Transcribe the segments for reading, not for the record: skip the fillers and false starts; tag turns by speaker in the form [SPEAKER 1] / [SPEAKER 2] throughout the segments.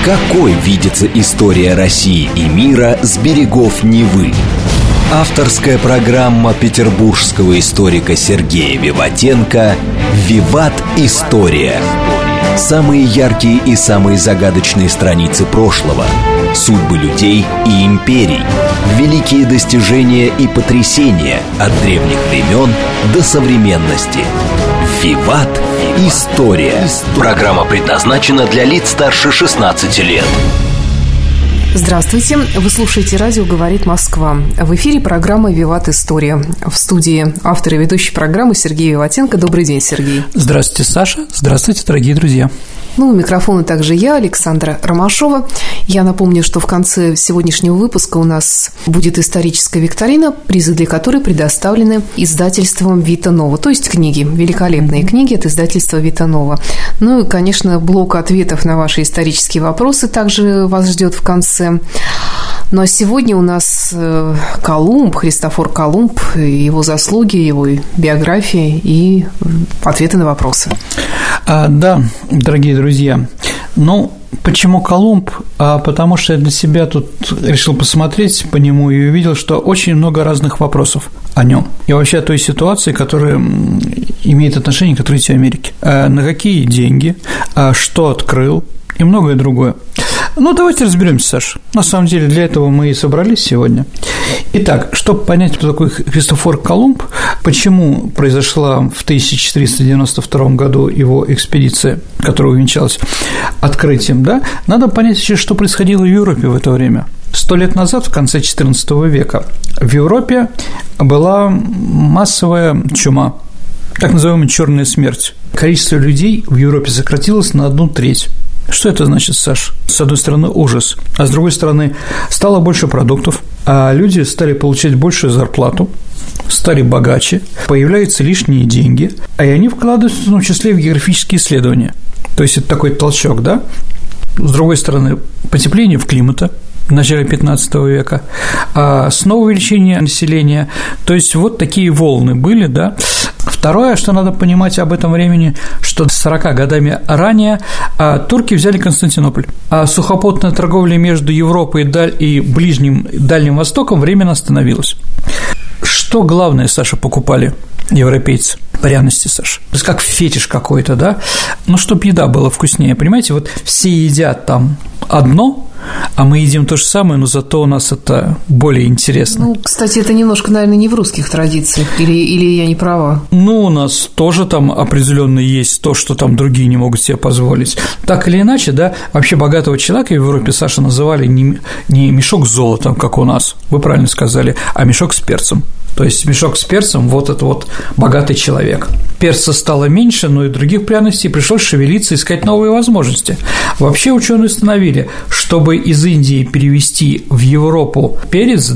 [SPEAKER 1] Какой видится история России и мира с берегов Невы? Авторская программа петербургского историка Сергея Виватенко «Виват. История». Самые яркие и самые загадочные страницы прошлого, судьбы людей и империй, великие достижения и потрясения от древних времен до современности. «Виват. История». Программа предназначена для лиц старше 16 лет.
[SPEAKER 2] Здравствуйте, вы слушаете радио «Говорит Москва». В эфире программа «Виват. История». В студии автор и ведущий программы Сергей Виватенко. Добрый день, Сергей.
[SPEAKER 3] Здравствуйте, Саша. Здравствуйте, дорогие друзья.
[SPEAKER 2] У микрофона также я, Александра Ромашова. Я напомню, что в конце сегодняшнего выпуска у нас будет историческая викторина, призы для которой предоставлены издательством «Вита Нова», то есть книги, великолепные книги от издательства «Вита Нова». Ну и, конечно, блок ответов на ваши исторические вопросы также вас ждет в конце. Ну а сегодня у нас Колумб, Христофор Колумб, его заслуги, его биография и ответы на вопросы.
[SPEAKER 3] Да, дорогие друзья, почему Колумб? Потому что я для себя тут решил посмотреть по нему и увидел, что очень много разных вопросов о нем и вообще о той ситуации, которая имеет отношение к открытию Америки. На какие деньги, что открыл и многое другое. Давайте разберемся, Саша. На самом деле, для этого мы и собрались сегодня. Итак, чтобы понять, кто такой Христофор Колумб, почему произошла в 1492 году его экспедиция, которая увенчалась открытием, надо понять еще, что происходило в Европе в это время. 100 лет назад, в конце XIV века, в Европе была массовая чума, так называемая «черная смерть». Количество людей в Европе сократилось на 1/3. Что это значит, Саш? С одной стороны, ужас, а с другой стороны, стало больше продуктов, а люди стали получать большую зарплату, стали богаче, появляются лишние деньги, и они вкладываются в том числе в географические исследования. То есть это такой толчок, да? С другой стороны, потепление климата в начале 15 века, а снова увеличение населения. То есть вот такие волны были, да? Второе, что надо понимать об этом времени, что 40 годами ранее турки взяли Константинополь, а сухопутная торговля между Европой и Ближним и Дальним Востоком временно остановилась. Что главное, Саша, покупали европейцы? Пряности, Саша. То есть как фетиш какой-то, да? Чтоб еда была вкуснее, понимаете? Вот все едят там одно, а мы едим то же самое, но зато у нас это более интересно.
[SPEAKER 2] Кстати, это немножко, наверное, не в русских традициях, или я не права?
[SPEAKER 3] У нас тоже там определенно есть то, что там другие не могут себе позволить. Так или иначе, да, вообще богатого человека в Европе, Саша, называли не мешок с золотом, как у нас, вы правильно сказали, а мешок с перцем. То есть мешок с перцем – вот это вот богатый человек. Перца стало меньше, но и других пряностей, пришлось шевелиться, искать новые возможности. Вообще ученые установили, чтобы из Индии перевезти в Европу перец,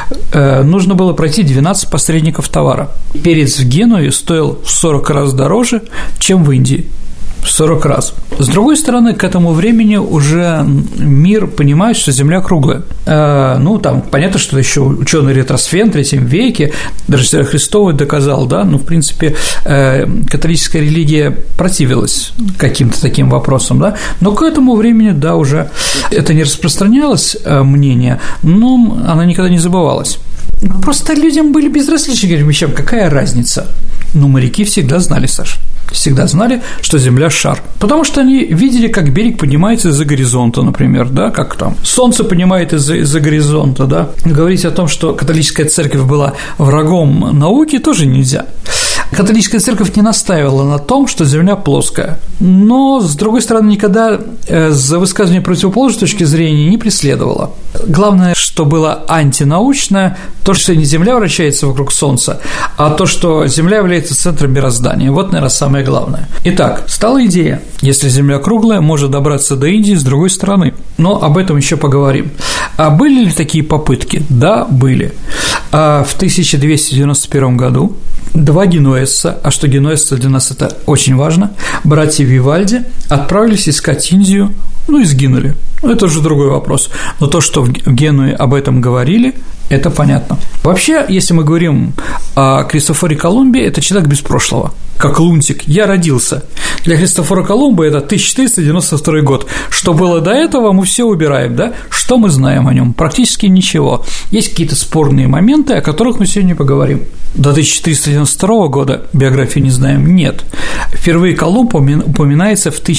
[SPEAKER 3] нужно было пройти 12 посредников товара. Перец в Генуе стоил в 40 раз дороже, чем в Индии. 40 раз. С другой стороны, к этому времени уже мир понимает, что Земля круглая. Там понятно, что еще ученый Ретросфен в III веке, даже Христовый доказал, в принципе, католическая религия противилась каким-то таким вопросам, но к этому времени, уже это не распространялось мнение, но она никогда не забывалась. Просто людям были безразличны к этим вещам, какая разница? Моряки всегда знали, Саша. Всегда знали, что Земля – шар. Потому что они видели, как берег поднимается из-за горизонта, например, как там солнце поднимает из-за горизонта, Говорить о том, что католическая церковь была врагом науки, тоже нельзя. Католическая церковь не настаивала на том, что Земля плоская, но, с другой стороны, никогда за высказывание противоположной точки зрения не преследовала. Главное, что было антинаучное, то, что не Земля вращается вокруг Солнца, а то, что Земля является центром мироздания. Вот, наверное, самое главное. Итак, стала идея, если Земля круглая, может добраться до Индии с другой стороны. Но об этом еще поговорим. А были ли такие попытки? Да, были. В 1291 году два генуэзца, а что генуэзцы для нас это очень важно, братья Вивальди отправились искать Индию, и сгинули. Это уже другой вопрос. Но то, что в Генуе об этом говорили, это понятно. Вообще, если мы говорим о Христофоре Колумбе, это человек без прошлого. как лунтик, я родился. Для Христофора Колумба это 1492 год. Что было до этого, мы все убираем, да? Что мы знаем о нем? Практически ничего. Есть какие-то спорные моменты, о которых мы сегодня поговорим. До 1492 года биографии не знаем? Нет. Впервые Колумб упоминается в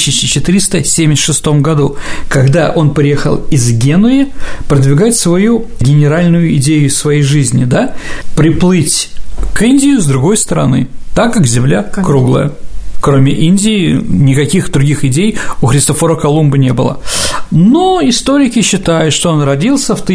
[SPEAKER 3] 1476 году, когда он приехал из Генуи продвигать свою генеральную идею своей жизни, да? Приплыть к Индии с другой стороны, так как Земля круглая. Кроме Индии, никаких других идей у Христофора Колумба не было. Но историки считают, что он родился в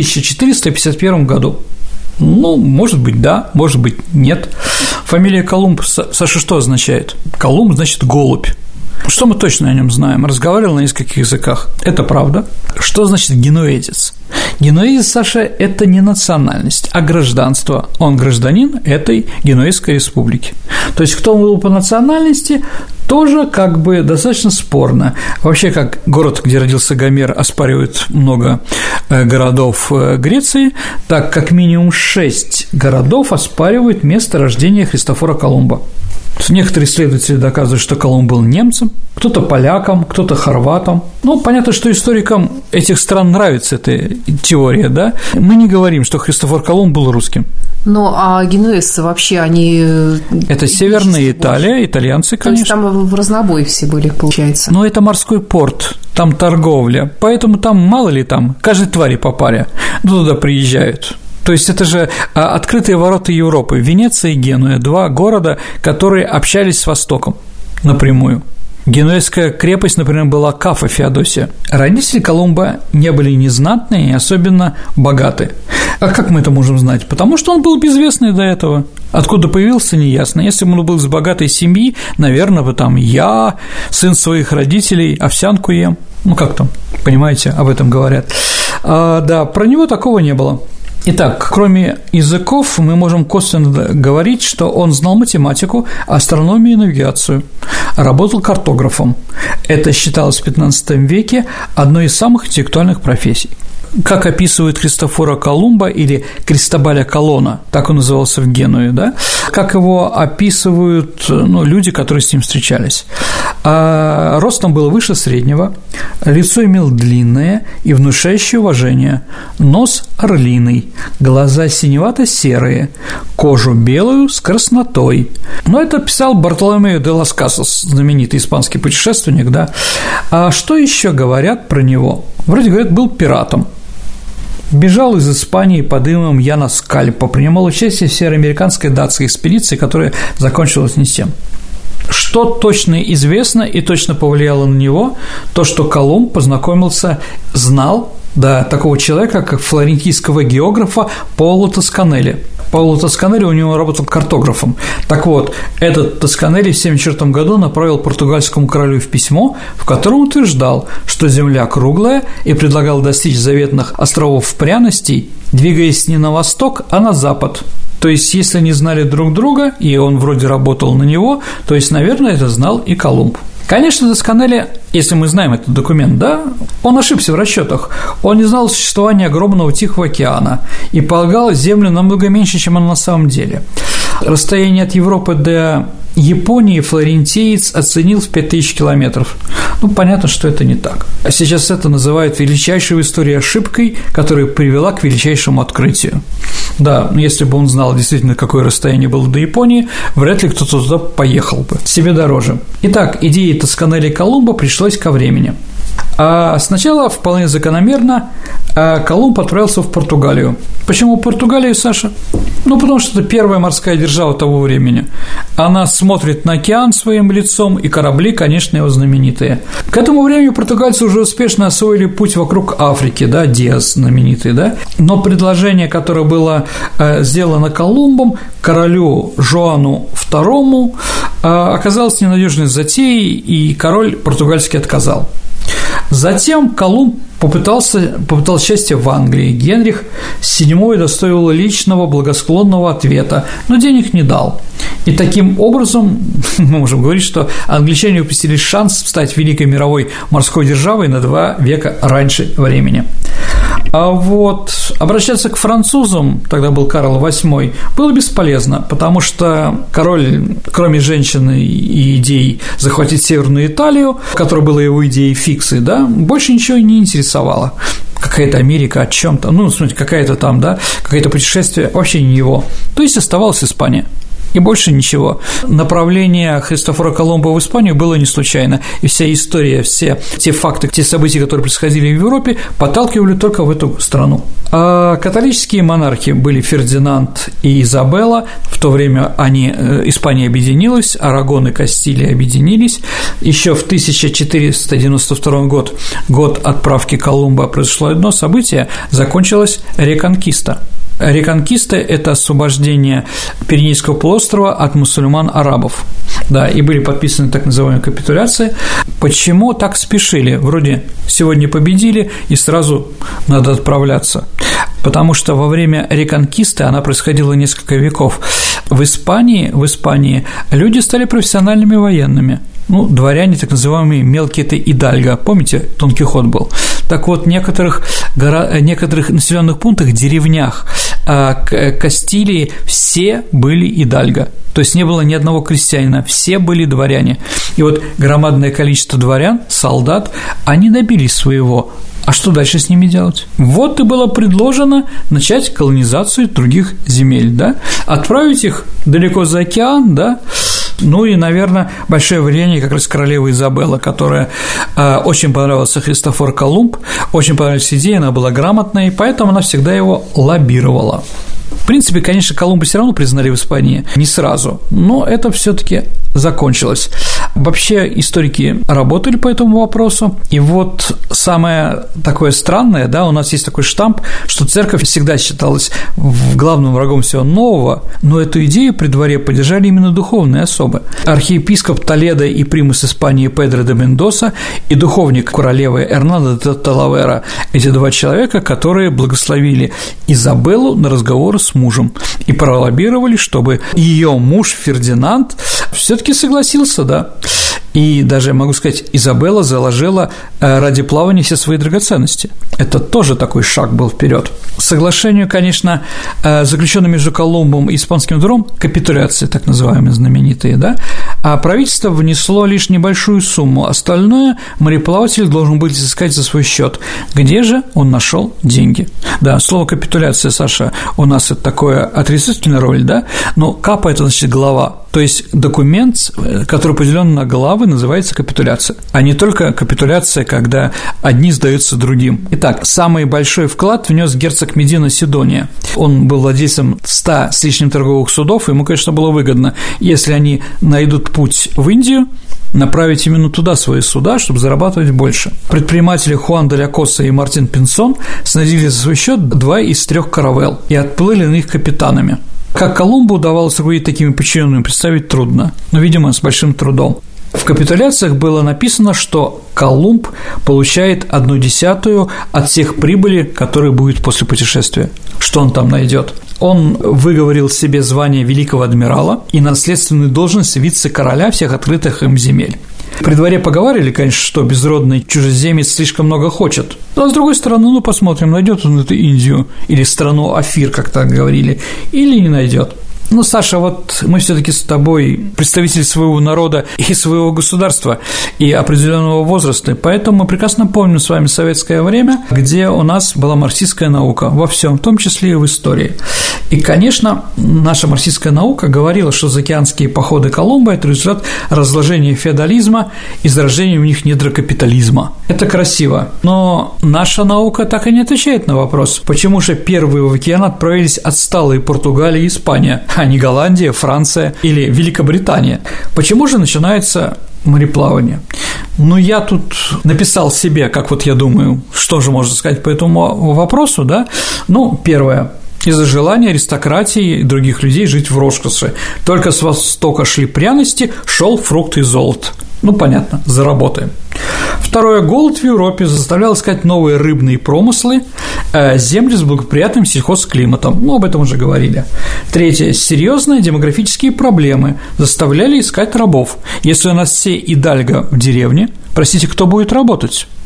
[SPEAKER 3] 1451 году. Ну, может быть, да, может быть, нет. Фамилия Колумб, Саша, что означает? Колумб значит голубь. Что мы точно о нем знаем? Разговаривал на нескольких языках. Это правда. Что значит генуэзец? Генуэзец, Саша, это не национальность, а гражданство. Он гражданин этой Генуэзской республики. То есть, кто он был по национальности, тоже как бы достаточно спорно. Вообще, как город, где родился Гомер, оспаривают много городов Греции, так как минимум 6 городов оспаривают место рождения Христофора Колумба. Некоторые исследователи доказывают, что Колумб был немцем, кто-то поляком, кто-то хорватом. Ну, понятно, что историкам этих стран нравится эта теория, да? Мы не говорим, что Христофор Колумб был русским.
[SPEAKER 2] Ну, а генуэзцы вообще, они…
[SPEAKER 3] Это Северная Италия, итальянцы, конечно.
[SPEAKER 2] То есть там в разнобой все были, получается.
[SPEAKER 3] Но это морской порт, там торговля, поэтому там, мало ли там, каждой твари по паре туда приезжают. То есть это же открытые ворота Европы. Венеция и Генуя – 2 города, которые общались с Востоком напрямую. Генуэзская крепость, например, была Кафа Феодосия. Родители Колумба не были ни знатные, ни особенно богаты. А как мы это можем знать? Потому что он был безвестный до этого. Откуда появился, неясно. Если бы он был из богатой семьи, наверное, бы там я, сын своих родителей, овсянку ем. Ну, как там, понимаете, об этом говорят. Да, про него такого не было. Итак, кроме языков, мы можем косвенно говорить, что он знал математику, астрономию и навигацию, работал картографом. Это считалось в XV веке одной из самых интеллектуальных профессий. Как описывают Христофора Колумба или Кристобаля Колона, так он назывался в Генуе, да? Как его описывают люди, которые с ним встречались. Ростом был выше среднего, лицо имел длинное и внушающее уважение, нос орлиный, глаза синевато-серые, кожу белую с краснотой. Но это писал Бартоломео де лас Касас, знаменитый испанский путешественник, да? А что еще говорят про него? Вроде говорят, был пиратом. Бежал из Испании под именем Яна Скальпа, принимал участие в североамериканской датской экспедиции, которая закончилась ни с чем. Что точно известно и точно повлияло на него, то, что Колумб знал такого человека, как флорентийского географа Паоло Тосканелли. Паоло Тосканелли у него работал картографом. Так вот, этот Тосканелли в 1974 году направил португальскому королю в письмо, в котором утверждал, что Земля круглая, и предлагал достичь заветных островов пряностей, двигаясь не на восток, а на запад. То есть, если они знали друг друга, и он вроде работал на него, то есть, наверное, это знал и Колумб. Конечно, Тосканелли, если мы знаем этот документ, да, он ошибся в расчетах. Он не знал существования огромного Тихого океана и полагал Землю намного меньше, чем она на самом деле. Расстояние от Европы до Японии флорентиец оценил в 5000 километров. Понятно, что это не так. А сейчас это называют величайшей в истории ошибкой, которая привела к величайшему открытию. Да, если бы он знал действительно, какое расстояние было до Японии, вряд ли кто-то туда поехал бы. Себе дороже. Итак, идея Тосканелли и Колумба пришлось ко времени. А сначала, вполне закономерно, Колумб отправился в Португалию. Почему в Португалию, Саша? Потому что это первая морская держава того времени. Она смотрит на океан своим лицом, и корабли, конечно, его знаменитые. К этому времени португальцы уже успешно освоили путь вокруг Африки, да, Диас знаменитый, да. Но предложение, которое было сделано Колумбом, королю Жоану II, оказалось ненадежной затеей, и король португальский отказал. Затем Колумб попытал счастье в Англии. Генрих VII удостоил личного благосклонного ответа, но денег не дал. И таким образом мы можем говорить, что англичане упустили шанс стать великой мировой морской державой на 2 века раньше времени. А вот обращаться к французам, тогда был Карл VIII, было бесполезно, потому что король, кроме женщины и идей захватить Северную Италию, которая была его идеей фиксы, да, больше ничего не интересовало. Какая-то Америка о чем-то, ну, смотрите, какая-то там, да, какое-то путешествие, вообще не его. То есть оставалась Испания. И больше ничего. Направление Христофора Колумба в Испанию было не случайно, и вся история, все те факты, те события, которые происходили в Европе, подталкивали только в эту страну. А католические монархи были Фердинанд и Изабелла, в то время Испания объединилась, Арагон и Кастилия объединились. Еще в 1492 год отправки Колумба, произошло одно событие, закончилась реконкиста. Реконкиста – это освобождение Пиренейского полуострова от мусульман-арабов, да, и были подписаны так называемые капитуляции. Почему так спешили? Вроде сегодня победили, и сразу надо отправляться. Потому что во время реконкисты, она происходила несколько веков, в Испании люди стали профессиональными военными. Ну, дворяне, так называемые мелкие-то идальго, помните, Дон Кихот был? Так вот, в некоторых населенных пунктах, деревнях Кастилии все были идальго, то есть не было ни одного крестьянина, все были дворяне. И вот громадное количество дворян, солдат, они добились своего. А что дальше с ними делать? Вот и было предложено начать колонизацию других земель, да, отправить их далеко за океан, да. Ну и, наверное, большое влияние как раз королевы Изабелла, которая очень понравился Христофор Колумб, очень понравилась идея, она была грамотной, поэтому она всегда его лоббировала. В принципе, конечно, Колумба все равно признали в Испании не сразу, но это все-таки закончилось. Вообще историки работали по этому вопросу, и вот самое такое странное, да, у нас есть такой штамп, что церковь всегда считалась главным врагом всего нового, но эту идею при дворе поддержали именно духовные особы. Архиепископ Толедо и примус Испании Педро де Мендоса и духовник королевы Эрнандо де Талавера – эти два человека, которые благословили Изабеллу на разговоры с мужем и пролоббировали, чтобы ее муж Фердинанд все-таки согласился, да. И даже, могу сказать, Изабелла заложила ради плавания все свои драгоценности. Это тоже такой шаг был вперед. Соглашению, конечно, заключенное между Колумбом и испанским двором, капитуляции, так называемые знаменитые, да, а правительство внесло лишь небольшую сумму, остальное мореплаватель должен был искать за свой счет. Где же он нашел деньги? Да, слово капитуляция, Саша, у нас это такое отрицательная роль, да, но капа – это значит голова. То есть документ, который поделен на главы, называется капитуляция, а не только капитуляция, когда одни сдаются другим. Итак, самый большой вклад внес герцог Медина Сидония. Он был владельцем 100 с лишним торговых судов, ему, конечно, было выгодно, если они найдут путь в Индию, направить именно туда свои суда, чтобы зарабатывать больше. Предприниматели Хуан де ля Коса и Мартин Пинсон снарядили за свой счет 2 из 3 каравелл и отплыли на них капитанами. Как Колумбу удавалось руководить такими подчиненными, представить трудно, но, видимо, с большим трудом. В капитуляциях было написано, что Колумб получает 1/10 от всех прибыли, которые будет после путешествия. Что он там найдет? Он выговорил себе звание великого адмирала и наследственную должность вице-короля всех открытых им земель. При дворе поговаривали, конечно, что безродный чужеземец слишком много хочет. Но, с другой стороны, посмотрим, найдет он эту Индию или страну Афир, как так говорили, или не найдет. Ну, Саша, вот мы все-таки с тобой представители своего народа и своего государства и определенного возраста, поэтому мы прекрасно помним с вами советское время, где у нас была марксистская наука во всем, в том числе и в истории. И, конечно, наша марксистская наука говорила, что заокеанские походы Колумба – это результат разложения феодализма и зарождения у них недрокапитализма. Это красиво, но наша наука так и не отвечает на вопрос, почему же первые в океан отправились отсталые Португалия и Испания, а не Голландия, Франция или Великобритания. Почему же начинается мореплавание? Ну, я тут написал себе, как вот я думаю, что же можно сказать по этому вопросу, да? Ну, первое. Из-за желания аристократии и других людей жить в роскоши. Только с востока шли пряности, шел фрукт и золото. Ну, понятно, заработаем. Второе. Голод в Европе заставлял искать новые рыбные промыслы, земли с благоприятным сельхозклиматом. Ну, об этом уже говорили. Третье. Серьезные демографические проблемы заставляли искать рабов. Если у нас все идальго в деревне, простите, кто будет работать?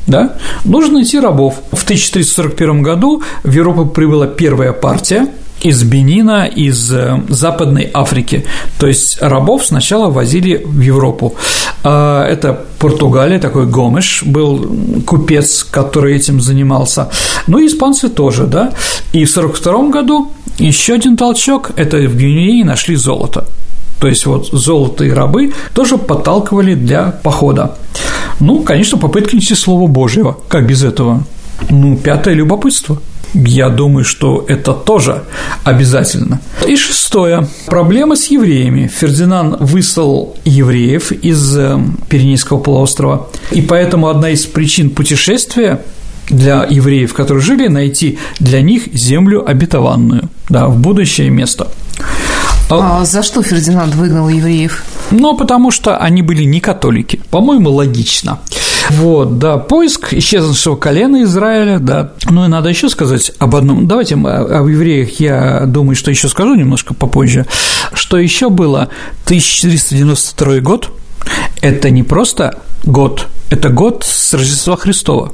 [SPEAKER 3] да, нужно найти рабов. В 1441 году в Европу прибыла первая партия из Бенина, из Западной Африки. То есть рабов сначала возили в Европу. Это Португалия, такой Гомеш был купец, который этим занимался. Ну и испанцы тоже, да. И в 1942 году еще один толчок – это в Гвинее нашли золото. То есть вот золото и рабы тоже подталкивали для похода. Ну, конечно, попытка нести Слово Божьего. Как без этого? Ну, пятое – любопытство. Я думаю, что это тоже обязательно. И шестое. Проблема с евреями. Фердинанд выслал евреев из Пиренейского полуострова, и поэтому одна из причин путешествия для евреев, которые жили, найти для них землю обетованную, да, в будущее место.
[SPEAKER 2] А за что Фердинанд выгнал евреев?
[SPEAKER 3] Ну, потому что они были не католики. По-моему, логично. Вот, да, поиск исчезнувшего колена Израиля, да. Ну и надо еще сказать об одном. Давайте об евреях, я думаю, что еще скажу немножко попозже. Что еще было? 1492 год – это не просто год, это год с Рождества Христова,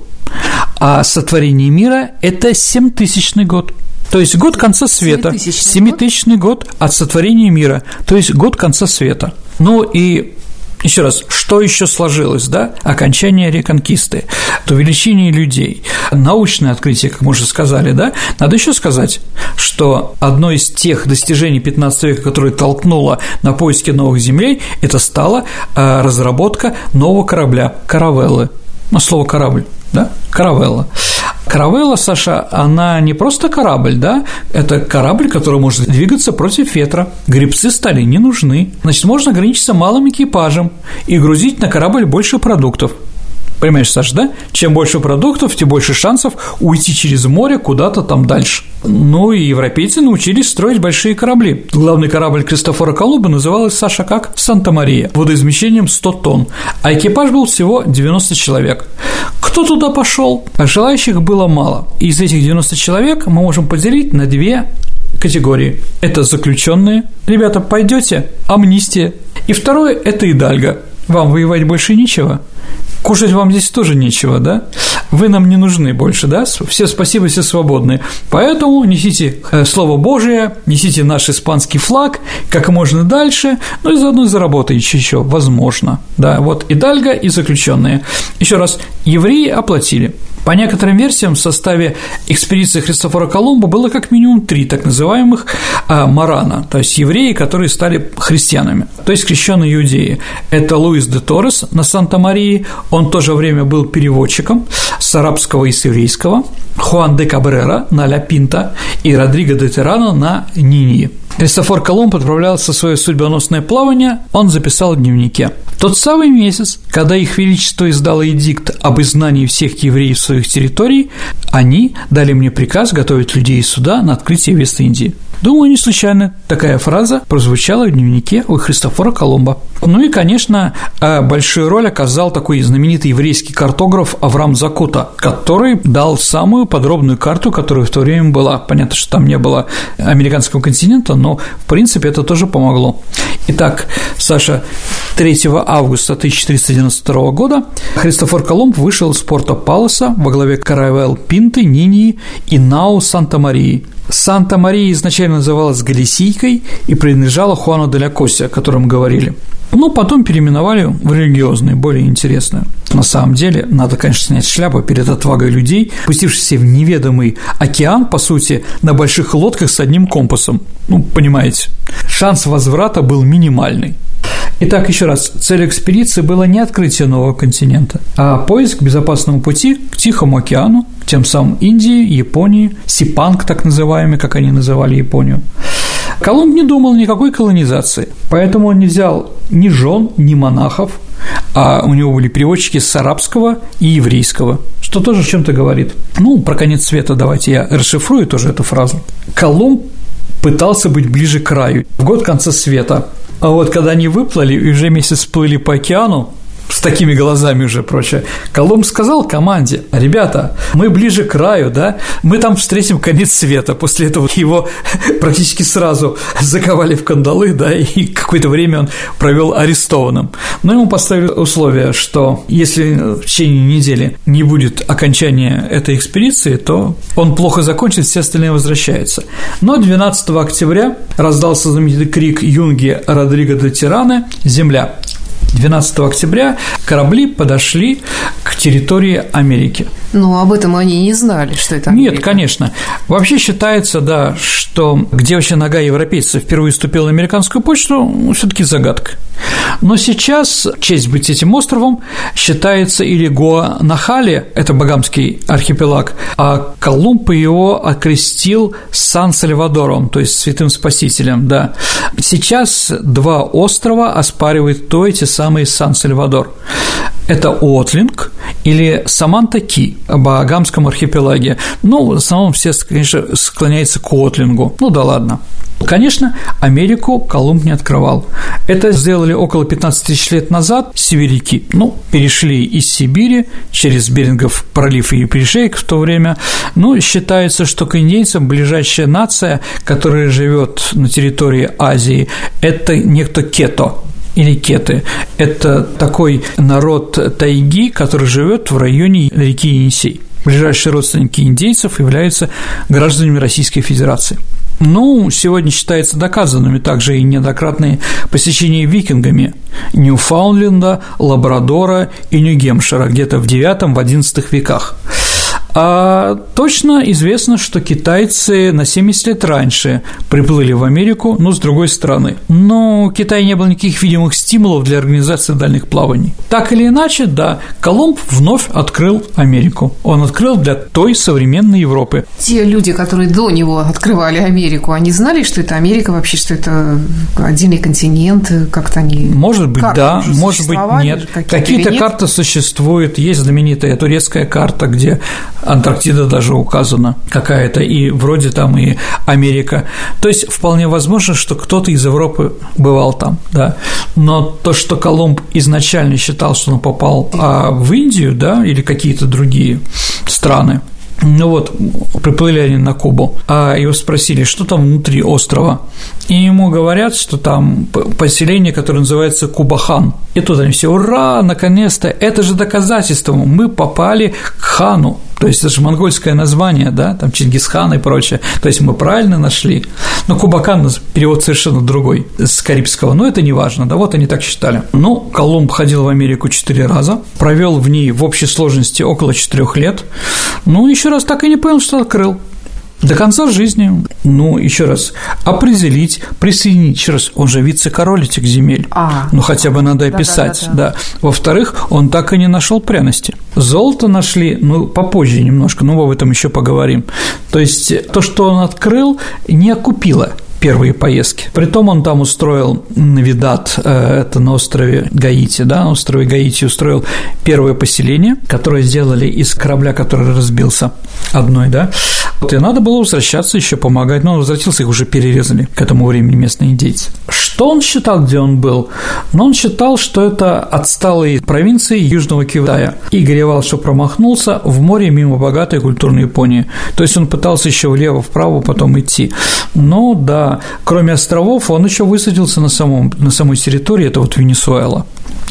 [SPEAKER 3] а сотворение мира – это 7000-й год. То есть год конца света, 7000-й год от сотворения мира, то есть год конца света. Ну и еще раз, что еще сложилось, да? Окончание реконкисты, увеличение людей, научное открытие, как мы уже сказали, да? Надо еще сказать, что одно из тех достижений 15 века, которое толкнуло на поиски новых землей, это стала разработка нового корабля – каравеллы. Ну, слово «корабль», да? Каравелла. Каравелла, Саша, она не просто корабль, да, это корабль, который может двигаться против ветра. Гребцы стали не нужны. Значит, можно ограничиться малым экипажем и грузить на корабль больше продуктов. Понимаешь, Саша, да? Чем больше продуктов, тем больше шансов уйти через море куда-то там дальше. Ну и европейцы научились строить большие корабли. Главный корабль Кристофора Колумба назывался, Саша, как? Санта-Мария, водоизмещением 100 тонн, а экипаж был всего 90 человек. Кто туда пошел? А желающих было мало. Из этих 90 человек мы можем поделить на две категории. Это заключенные. Ребята, пойдете? Амнистия. И второе – это идальго. Вам воевать больше нечего? Кушать вам здесь тоже нечего, да? Вы нам не нужны больше, да? Все спасибо, все свободны. Поэтому несите Слово Божие, несите наш испанский флаг как можно дальше, ну и заодно заработаете еще, возможно. Да, вот идальго и заключенные. Еще раз, евреи оплатили. По некоторым версиям в составе экспедиции Христофора Колумба было как минимум 3 так называемых марана, то есть евреи, которые стали христианами, то есть крещенные иудеи. Это Луис де Торрес на Санта-Марии, он в то же время был переводчиком с арабского и с еврейского, Хуан де Кабрера на Ля Пинта и Родриго де Террано на Ниньи. Христофор Колумб отправлялся в свое судьбоносное плавание, он записал в дневнике: «В тот самый месяц, когда их величество издало эдикт об изгнании всех евреев с своих территорий, они дали мне приказ готовить людей из суда на открытие Вест-Индии». Думаю, не случайно такая фраза прозвучала в дневнике у Христофора Колумба. Ну и, конечно, большую роль оказал такой знаменитый еврейский картограф Авраам Закута, который дал самую подробную карту, которая в то время была. Понятно, что там не было американского континента, но, в принципе, это тоже помогло. Итак, Саша, 3 августа 1492 года Христофор Колумб вышел из порта Палоса во главе каравелл Пинты, Ниньи и Нау Санта-Марии. Санта-Мария изначально называлась Галисийкой и принадлежала Хуану де ля Косе, о котором говорили. Но потом переименовали в религиозную, более интересную. На самом деле, надо, конечно, снять шляпу перед отвагой людей, пустившихся в неведомый океан, по сути, на больших лодках с одним компасом. Ну, понимаете, шанс возврата был минимальный. Итак, еще раз, целью экспедиции было не открытие нового континента, а поиск безопасного пути к Тихому океану, к тем самым Индии, Японии, Сипанг, так называемый, как они называли Японию. Колумб не думал никакой колонизации, поэтому он не взял ни жен, ни монахов, а у него были переводчики с арабского и еврейского, что тоже о чем-то говорит. Ну, про конец света давайте я расшифрую тоже эту фразу. Колумб пытался быть ближе к краю в год конца света. А вот когда они выплыли и уже месяц плыли по океану, с такими глазами уже прочее. Колумб сказал команде: ребята, мы ближе к краю, да, мы там встретим конец света. После этого его практически сразу заковали в кандалы, да, и какое-то время он провел арестованным. Но ему поставили условие, что если в течение недели не будет окончания этой экспедиции, то он плохо закончит, все остальные возвращаются. Но 12 октября раздался знаменитый крик юнги Родриго де Тирана «Земля». 12 октября корабли подошли к территории Америки.
[SPEAKER 2] Но об этом они не знали, что это Америка.
[SPEAKER 3] Нет, конечно. Вообще считается, да, что где вообще нога европейцев впервые ступила на американскую почту, все-таки загадка. Но сейчас честь быть этим островом считается или Гуанахале, это Багамский архипелаг, а Колумб его окрестил Сан-Сальвадором, то есть Святым Спасителем, да. Сейчас два острова оспаривают то эти самые Сан-Сальвадор. Это Уотлинг или Саманта-Ки в Багамском архипелаге. Ну, в основном все, конечно, склоняются к Уотлингу. Ну да ладно. Конечно, Америку Колумб не открывал. Это сделали около 15 тысяч лет назад северяки. Ну, перешли из Сибири через Берингов пролив и перешейк в то время. Ну, считается, что к индейцам ближайшая нация, которая живет на территории Азии, это некто Кето или кеты. Это такой народ тайги, который живет в районе реки Енисей. Ближайшие родственники индейцев являются гражданами Российской Федерации. Ну, сегодня считается доказанными также и неоднократные посещения викингами Ньюфаундленда, Лабрадора и Нью-Гемпшира где-то в IX-XI веках. А точно известно, что китайцы на 70 лет раньше приплыли в Америку, но с другой стороны. Но у Китая не было никаких видимых стимулов для организации дальних плаваний. Так или иначе, да, Колумб вновь открыл Америку. Он открыл для той современной Европы.
[SPEAKER 2] Те люди, которые до него открывали Америку, они знали, что это Америка вообще, что это отдельный континент, как-то они…
[SPEAKER 3] Может быть, да, может быть, нет. Какие-то карты существуют. Есть знаменитая турецкая карта, где Антарктида даже указана какая-то, и вроде там и Америка. То есть вполне возможно, что кто-то из Европы бывал там, да. Но то, что Колумб изначально считал, что он попал в Индию, да, или какие-то другие страны, ну вот, приплыли они на Кубу, а его спросили, что там внутри острова, и ему говорят, что там поселение, которое называется Кубахан, и тут они все: ура, наконец-то, это же доказательство, мы попали к хану, то есть это же монгольское название, да, там Чингисхан и прочее, то есть мы правильно нашли, но Кубакан перевод совершенно другой, с карибского, но это не важно, да, вот они так считали. Ну, Колумб ходил в Америку 4 раза, провел в ней в общей сложности около 4 лет, ну, еще раз так и не понял, что открыл. До конца жизни, ну, еще раз, определить, присоединить, еще раз, он же вице-король этих земель, ну, хотя бы надо описать, да. Во-вторых, он так и не нашел пряности. Золото нашли, ну, попозже немножко, но мы об этом еще поговорим. То есть то, что он открыл, не окупило первые поездки. Притом он там устроил Навидат, это на острове Гаити, да, на острове Гаити устроил первое поселение, которое сделали из корабля, который разбился одной, да, вот, и надо было возвращаться, еще помогать, но он возвратился, их уже перерезали к этому времени местные индейцы. Что он считал, где он был? Но он считал, что это отсталые провинции Южного Китая, и горевал, что промахнулся в море мимо богатой культурной Японии, то есть он пытался еще влево-вправо потом идти, но, да, кроме островов, он еще высадился на самой территории, это вот Венесуэла,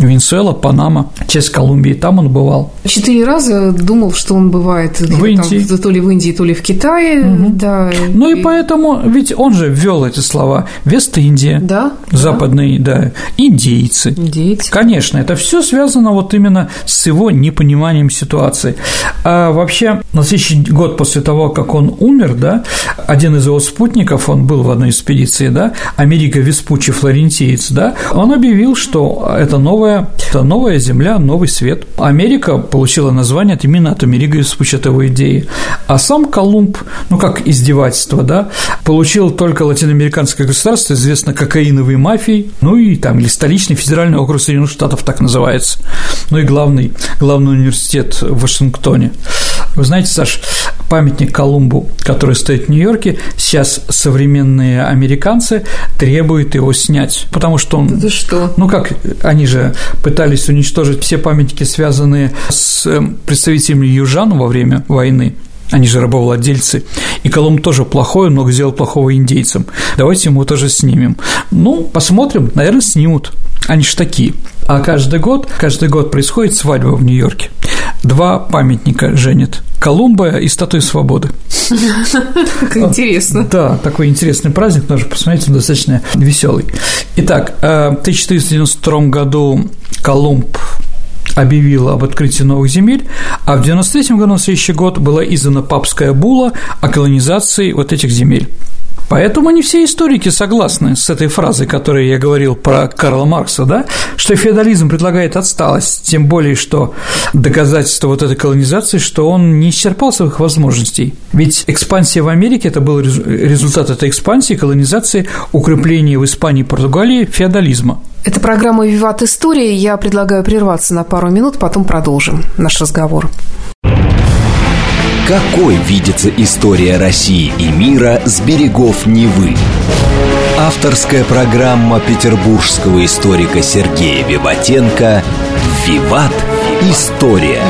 [SPEAKER 3] Панама, часть Колумбии, там он бывал.
[SPEAKER 2] 4 раза думал, что он бывает в Индии. Там, то ли в Индии, то ли в Китае, да.
[SPEAKER 3] Ну и поэтому, ведь он же ввел эти слова: Вест-Индия,
[SPEAKER 2] да,
[SPEAKER 3] западные, да, индейцы. Конечно, это все связано вот именно с его непониманием ситуации. А вообще, на следующий год после того, как он умер, да, один из его спутников, он был в одной экспедиции, да, Америго Веспуччи Флорентиец, да, он объявил, что это новая земля, новый свет. Америка получила название именно от Америго Веспуччи, от его идеи. А сам Колумб, ну, как издевательство, да, получил только латиноамериканское государство, известно кокаиновой мафией, ну и там, или столичный федеральный округ Соединенных Штатов, так называется, ну и главный университет в Вашингтоне. Вы знаете, Саш, памятник Колумбу, который стоит в Нью-Йорке, сейчас современные американцы требуют его снять, потому что он…
[SPEAKER 2] Да что?
[SPEAKER 3] Ну как, они же пытались уничтожить все памятники, связанные с представителями южан во время войны. Они же рабовладельцы. И Колумб тоже плохой, он много сделал плохого индейцам. Давайте ему тоже снимем. Ну, посмотрим, наверное, снимут. Они же такие. А каждый год происходит свадьба в Нью-Йорке. 2 памятника женят. Колумба и статуя свободы.
[SPEAKER 2] Как интересно.
[SPEAKER 3] Да, такой интересный праздник, нужно посмотреть, он достаточно веселый. Итак, в 1492 году Колумб объявил об открытии новых земель, а в 1993 году, на следующий год, была издана папская булла о колонизации вот этих земель. Поэтому не все историки согласны с этой фразой, которую я говорил про Карла Маркса, да, что феодализм предлагает отсталость, тем более, что доказательство вот этой колонизации, что он не исчерпал своих возможностей. Ведь экспансия в Америке – это был результат этой экспансии, колонизации, укрепления в Испании и Португалии феодализма.
[SPEAKER 2] Это программа «Виват История». Я предлагаю прерваться на пару минут, потом продолжим наш разговор.
[SPEAKER 1] Какой видится история России и мира с берегов Невы? Авторская программа петербургского историка Сергея Виватенко «Виват. История».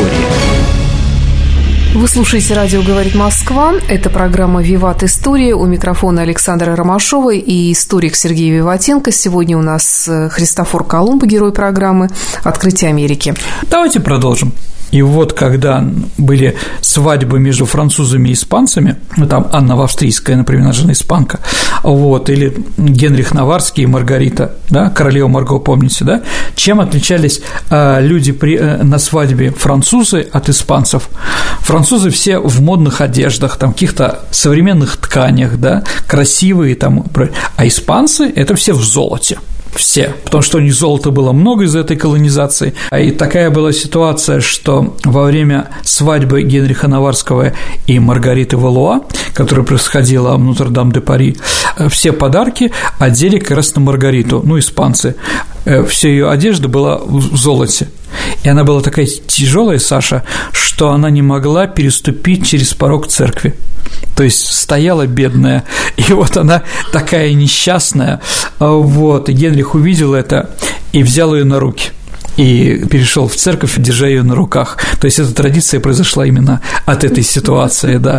[SPEAKER 2] Вы слушаете «Радио говорит Москва». Это программа «Виват. История». У микрофона Александра Ромашова и историк Сергей Виватенко. Сегодня у нас Христофор Колумб, герой программы «Открытие Америки».
[SPEAKER 3] Давайте продолжим. И вот когда были свадьбы между французами и испанцами, ну, там Анна Австрийская, например, жена испанка, вот, или Генрих Наварский и Маргарита, да, королева Марго, помните, да, чем отличались люди на свадьбе французы от испанцев? Французы все в модных одеждах, там, каких-то современных тканях, да, красивые, там, а испанцы – это все в золоте. Все, потому что у них золота было много из-за этой колонизации. И такая была ситуация, что во время свадьбы Генриха Наварского и Маргариты Валуа, которая происходила в Нотр-Дам-де-Пари, все подарки одели как раз на Маргариту, ну, испанцы. Вся ее одежда была в золоте. И она была такая тяжелая, Саша, что она не могла переступить через порог церкви. То есть стояла бедная, и вот она такая несчастная, вот, и Генрих увидел это и взял ее на руки. И перешел в церковь, держа ее на руках. То есть эта традиция произошла именно от этой ситуации, да,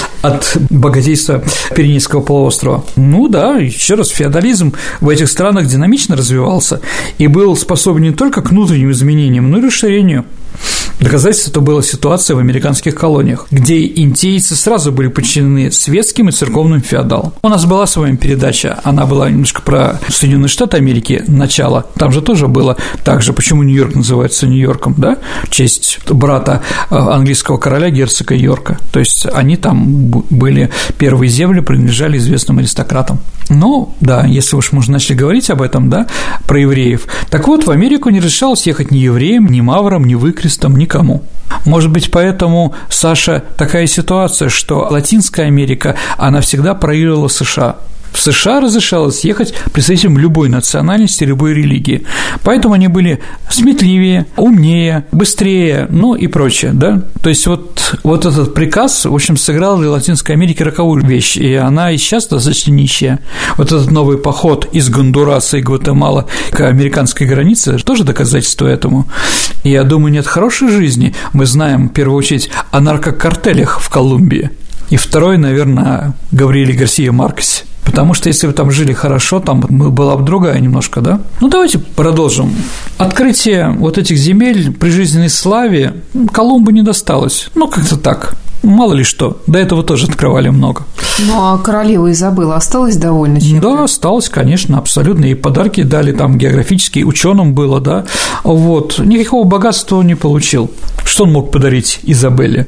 [SPEAKER 3] от богатейства Пиренейского полуострова. Ну да, еще раз, феодализм в этих странах динамично развивался и был способен не только к внутренним изменениям, но и расширению. Доказательством это была ситуация в американских колониях, где индейцы сразу были подчинены светским и церковным феодалам. У нас была с вами передача, она была немножко про Соединенные Штаты Америки, начало, там же тоже было так же, почему Нью-Йорк называется Нью-Йорком, да, в честь брата английского короля, герцога Йорка, то есть они там были, первые земли принадлежали известным аристократам. Ну, да, если уж мы уже начали говорить об этом, да, про евреев, так вот, в Америку не разрешалось ехать ни евреям, ни маврам, ни выкрестам, никому. Может быть, поэтому, Саша, такая ситуация, что Латинская Америка, она всегда проигрывала США. В США разрешалось ехать представителям любой национальности, любой религии. Поэтому они были сметливее, умнее, быстрее, ну и прочее, да. То есть вот этот приказ, в общем, сыграл для Латинской Америки роковую вещь, и она и сейчас достаточно нищая. Вот этот новый поход из Гондураса и Гватемалы к американской границе тоже доказательство этому. И я думаю, нет хорошей жизни. Мы знаем, в первую очередь, о наркокартелях в Колумбии. И второй, наверное, Габриэле Гарсия Маркесе. Потому что если бы там жили хорошо, там была бы другая немножко, да? Ну, давайте продолжим. Открытие вот этих земель при жизненной славе Колумбу не досталось. Ну, как-то так. Мало ли что, до этого тоже открывали много.
[SPEAKER 2] Ну, а королева Изабелла осталась довольна чем-то?
[SPEAKER 3] Да, осталась, конечно, абсолютно, и подарки дали там географические, ученым было, да, вот, никакого богатства он не получил. Что он мог подарить Изабелле?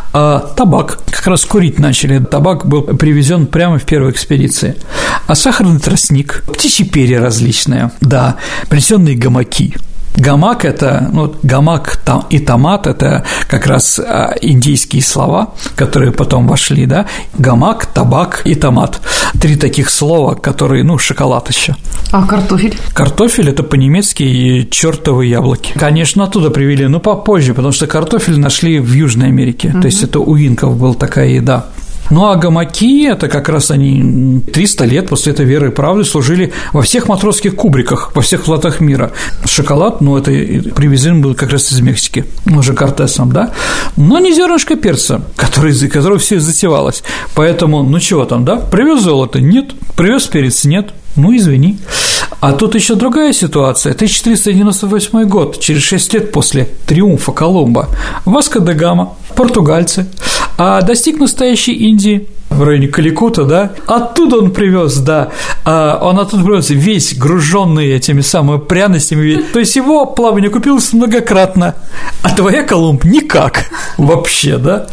[SPEAKER 3] Табак, как раз курить начали, табак был привезен прямо в первой экспедиции, а сахарный тростник, птичьи перья различные, да, плетёные гамаки. Гамак – это, гамак и томат – это как раз индийские слова, которые потом вошли, да, гамак, табак и томат. 3 таких слова, которые, шоколад еще.
[SPEAKER 2] А картофель?
[SPEAKER 3] Картофель – это по-немецки чёртовы яблоки. Конечно, оттуда привели, но попозже, потому что картофель нашли в Южной Америке, то есть это у инков была такая еда. А гамаки – это как раз они 300 лет после этой веры и правды служили во всех матросских кубриках, во всех флотах мира. Шоколад, это привезен был как раз из Мексики, уже Кортесом, да, но не зернышко перца, которое все затевалось. Поэтому, чего там, да, привез золото – нет, привез перец – нет, извини. А тут еще другая ситуация. 1498 год, через 6 лет после триумфа Колумба, Васко де Гама, португальцы, достиг настоящей Индии, в районе Каликутта, да, оттуда он привез, да, он оттуда привез весь груженный этими самыми пряностями, то есть его плавание купилось многократно, а твоя, Колумб, никак вообще, да.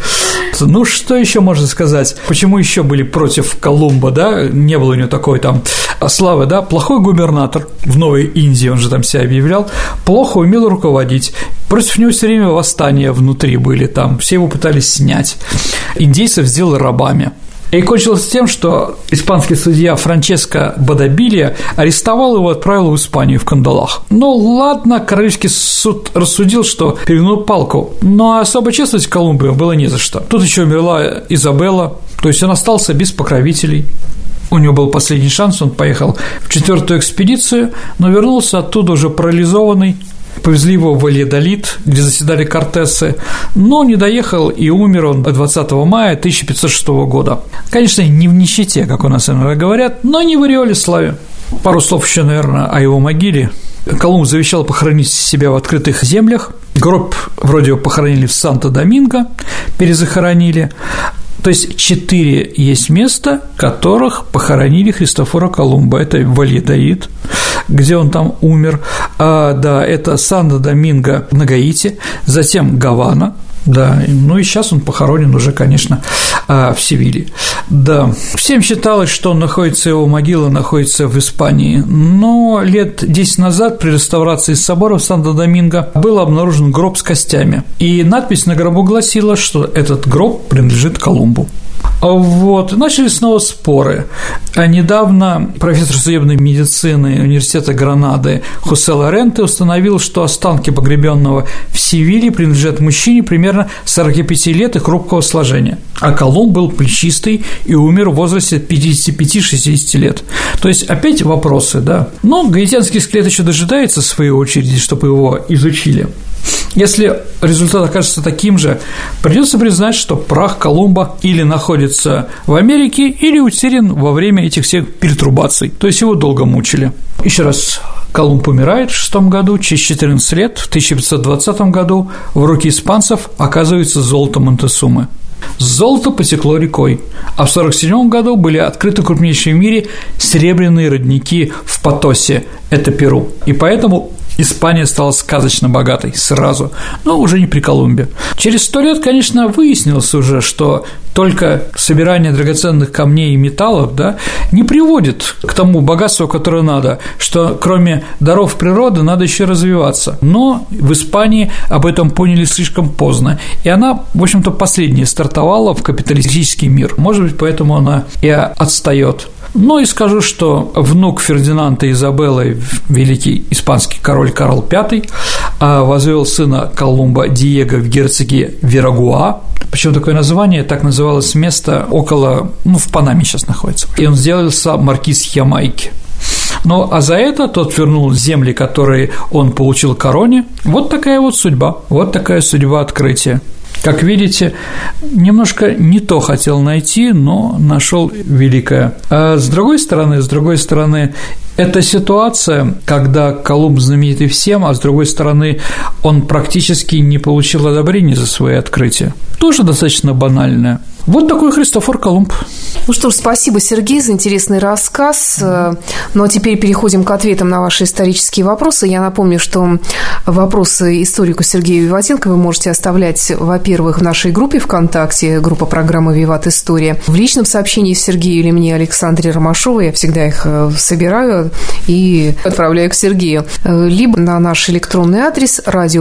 [SPEAKER 3] Что еще можно сказать? Почему еще были против Колумба, да? Не было у него такой там славы, да? Плохой губернатор в Новой Индии, он же там себя объявлял, плохо умел руководить. Против него все время восстания внутри были там, все его пытались снять. Индейцев сделали рабами. И кончилось тем, что испанский судья Франческо Бодабилья арестовал его и отправил в Испанию в кандалах. Ладно, королевский суд рассудил, что перегнул палку, но особо чествовать Колумба было не за что. Тут еще умерла Изабелла, то есть он остался без покровителей. У него был последний шанс, он поехал в 4-ю экспедицию, но вернулся оттуда уже парализованный. Повезли его в Вальядолид, где заседали Кортесы, но не доехал и умер он 20 мая 1506 года. Конечно, не в нищете, как у нас иногда говорят, но не в ореоле славы. Пару слов еще, наверное, о его могиле. Колумб завещал похоронить себя в открытых землях. Гроб вроде его похоронили в Санто-Доминго, перезахоронили. То есть 4 есть места, в которых похоронили Христофора Колумба. Это Вальядолид, где он там умер, это Санто-Доминго на Гаити, затем Гавана, да, и сейчас он похоронен уже, конечно, в Севиле. Да, всем считалось, что его могила находится в Испании, но лет 10 назад при реставрации собора в Санто-Доминго был обнаружен гроб с костями, и надпись на гробу гласила, что этот гроб принадлежит Колумбу. Начались снова споры. Недавно профессор судебной медицины университета Гранады Хосе Лоренте установил, что останки погребенного в Севиле принадлежат мужчине примерно 45 лет и хрупкого сложения, а Колумб был плечистый и умер в возрасте 55-60 лет. То есть опять вопросы, да. Но гаитянский скелет еще дожидается своей очереди, чтобы его изучили. Если результат окажется таким же, придется признать, что прах Колумба или находится в Америке, или утерян во время этих всех перетрубаций, то есть его долго мучили. Еще раз, Колумб умирает в 6 году, через 14 лет, в 1520 году, в руки испанцев оказывается золото Монтесумы. Золото потекло рекой, а в 1947 году были открыты крупнейшие в мире серебряные родники в Потосе, это Перу, и поэтому Испания стала сказочно богатой сразу, но уже не при Колумбе. Через 100 лет, конечно, выяснилось уже, что только собирание драгоценных камней и металлов, да, не приводит к тому богатству, которое надо, что кроме даров природы надо еще развиваться. Но в Испании об этом поняли слишком поздно, и она, в общем-то, последняя стартовала в капиталистический мир. Может быть, поэтому она и отстает. Но и скажу, что внук Фердинанда Изабеллы, великий испанский король Карл V, возвел сына Колумба Диего в герцоге Верагуа. Причем такое название, так называлось место около, в Панаме сейчас находится. И он сделался маркиз Ямайки. А за это тот вернул земли, которые он получил короне. Вот такая судьба, вот такая судьба открытия. Как видите, немножко не то хотел найти, но нашел великое. А с другой стороны, это ситуация, когда Колумб знаменитый всем, а с другой стороны, он практически не получил одобрения за свои открытия. Тоже достаточно банальное. Вот такой Христофор Колумб.
[SPEAKER 2] Ну что ж, спасибо, Сергей, за интересный рассказ. Ну а теперь переходим к ответам на ваши исторические вопросы. Я напомню, что вопросы историку Сергею Виватенко вы можете оставлять, во-первых, в нашей группе ВКонтакте, группа программы «Виват. История», в личном сообщении Сергею или мне, Александре Ромашовой. Я всегда их собираю и отправляю к Сергею. Либо на наш электронный адрес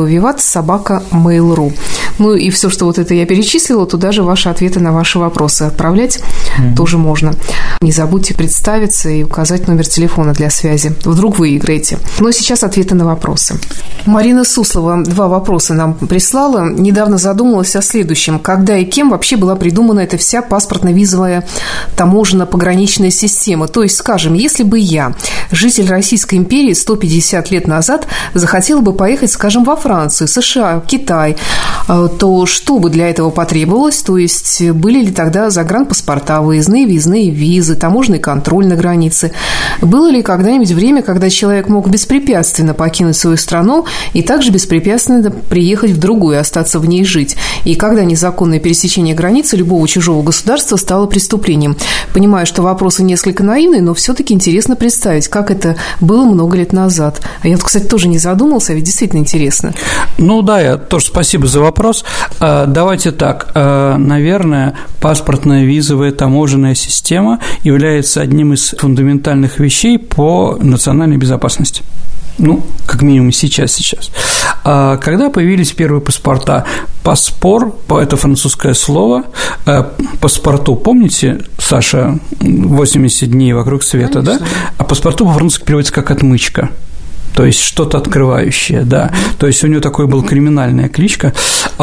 [SPEAKER 2] radiovivat@mail.ru. Ну и все, что вот это я перечислила, туда же ваши ответы на ваши вопросы отправлять тоже можно. Не забудьте представиться и указать номер телефона для связи. Вдруг выиграете. Ну, а сейчас ответы на вопросы. Марина Суслова 2 вопроса нам прислала. Недавно задумалась о следующем. Когда и кем вообще была придумана эта вся паспортно-визовая таможенно-пограничная система? То есть, скажем, если бы я, житель Российской империи 150 лет назад, захотела бы поехать, скажем, во Францию, США, Китай, то что бы для этого потребовалось? То есть, были ли тогда загранпаспорта, выездные, въездные визы, таможенный контроль на границе? Было ли когда-нибудь время, когда человек мог беспрепятственно покинуть свою страну и также беспрепятственно приехать в другую, остаться в ней жить? И когда незаконное пересечение границы любого чужого государства стало преступлением? Понимаю, что вопросы несколько наивные, но все-таки интересно представить, как это было много лет назад. А я, кстати, тоже не задумался, ведь действительно интересно.
[SPEAKER 3] Ну да, я тоже спасибо за вопрос. Давайте так, наверное, паспортная, визовая, таможенная система является одним из фундаментальных вещей по национальной безопасности. Ну, как минимум сейчас. Когда появились первые паспорта? Паспор, это французское слово, паспорту, помните, Саша, 80 дней вокруг света, конечно, да? А паспорту по-французски переводится как «отмычка». То есть что-то открывающее, да. То есть у него такой был криминальная кличка.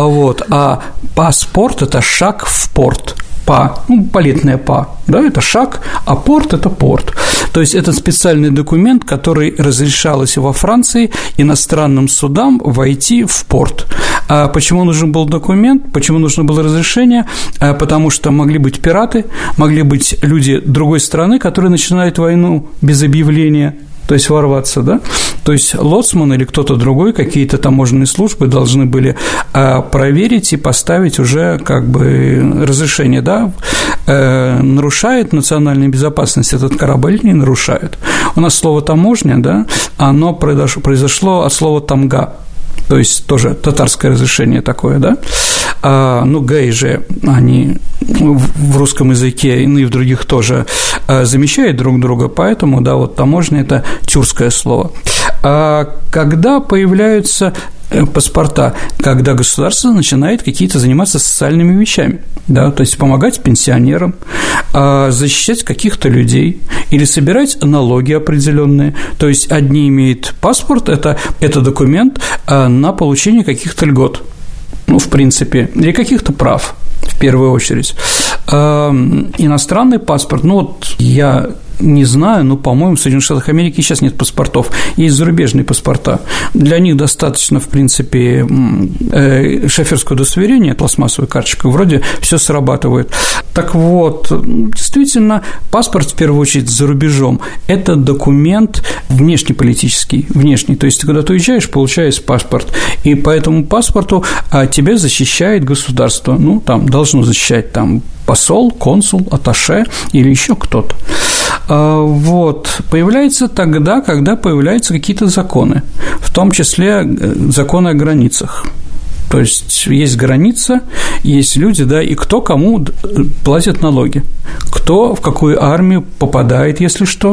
[SPEAKER 3] А паспорт – это шаг в порт. Полетное «па», да, это шаг, а порт – это порт. То есть это специальный документ, который разрешалось во Франции иностранным судам войти в порт. А почему нужен был документ, почему нужно было разрешение? Потому что могли быть пираты, могли быть люди другой страны, которые начинают войну без объявления, то есть ворваться, да? То есть лоцман или кто-то другой, какие-то таможенные службы должны были проверить и поставить уже как бы разрешение, да? Нарушает национальную безопасность этот корабль или не нарушает? У нас слово «таможня», да, оно произошло от слова «тамга», то есть тоже татарское разрешение такое, да? Гей же, они в русском языке, и в других тоже замещают друг друга, поэтому, да, вот таможня – это тюркское слово. Когда появляются паспорта, когда государство начинает какие-то заниматься социальными вещами, да, то есть помогать пенсионерам, защищать каких-то людей или собирать налоги определенные. То есть одни имеют паспорт, это документ на получение каких-то льгот, в принципе, или каких-то прав, в первую очередь. Иностранный паспорт, я не знаю, но, по-моему, в Соединенных Штатах Америки сейчас нет паспортов, есть зарубежные паспорта. Для них достаточно, в принципе, шоферского удостоверения, пластмассовой карточкой, вроде все срабатывает. Так вот, действительно, паспорт, в первую очередь, за рубежом – это документ внешнеполитический, внешний. То есть, когда ты уезжаешь, получаешь паспорт, и по этому паспорту тебя защищает государство. Там должно защищать посол, консул, атташе или еще кто-то. Появляется тогда, когда появляются какие-то законы, в том числе законы о границах. То есть есть граница, есть люди, да, и кто кому платит налоги, кто в какую армию попадает, если что,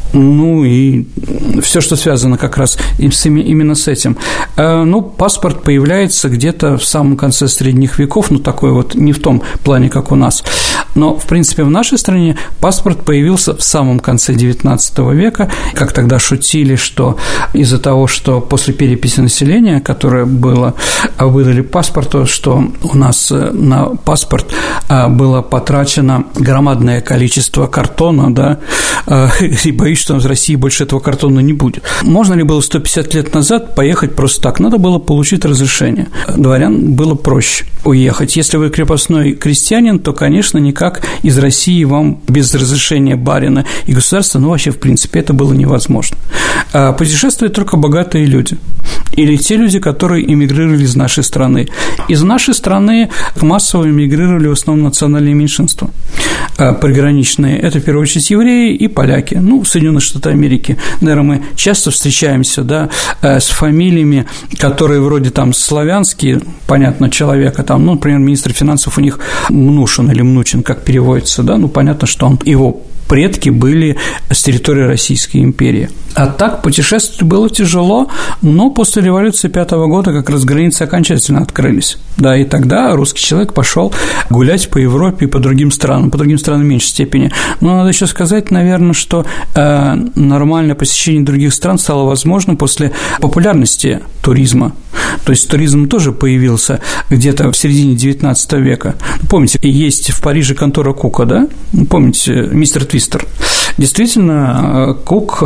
[SPEAKER 3] и все, что связано как раз именно с этим. Паспорт появляется где-то в самом конце средних веков, такой вот не в том плане, как у нас. Но, в принципе, в нашей стране паспорт появился в самом конце XIX века, как тогда шутили, что из-за того, что после переписи населения, которое было, выдали паспорту, что у нас на паспорт было потрачено громадное количество картона, да, и боюсь, что в России больше этого картона не будет. Можно ли было 150 лет назад поехать просто так? Надо было получить разрешение. Дворян было проще уехать. Если вы крепостной крестьянин, то, конечно, никак из России вам без разрешения барина и государства, вообще, в принципе, это было невозможно. Путешествуют только богатые люди или те люди, которые эмигрировали из нашей страны. Из нашей страны массово эмигрировали в основном национальные меньшинства приграничные. Это, в первую очередь, евреи и поляки. Соединенные Штаты Америки. Наверное, мы часто встречаемся, с фамилиями, которые вроде там славянские, понятно, человека, там, например, министр финансов у них Мнушин или Мнучин, как переводится, понятно, что его предки были с территории Российской империи. А так путешествовать было тяжело, но после революции 5-го года как раз границы окончательно открылись. И тогда русский человек пошел гулять по Европе и по другим странам в меньшей степени. Но надо еще сказать, наверное, что нормальное посещение других стран стало возможным после популярности туризма. То есть туризм тоже появился где-то в середине XIX века. Помните, есть в Париже контора Кука, да? Помните, мистер Твистер? Действительно, Кук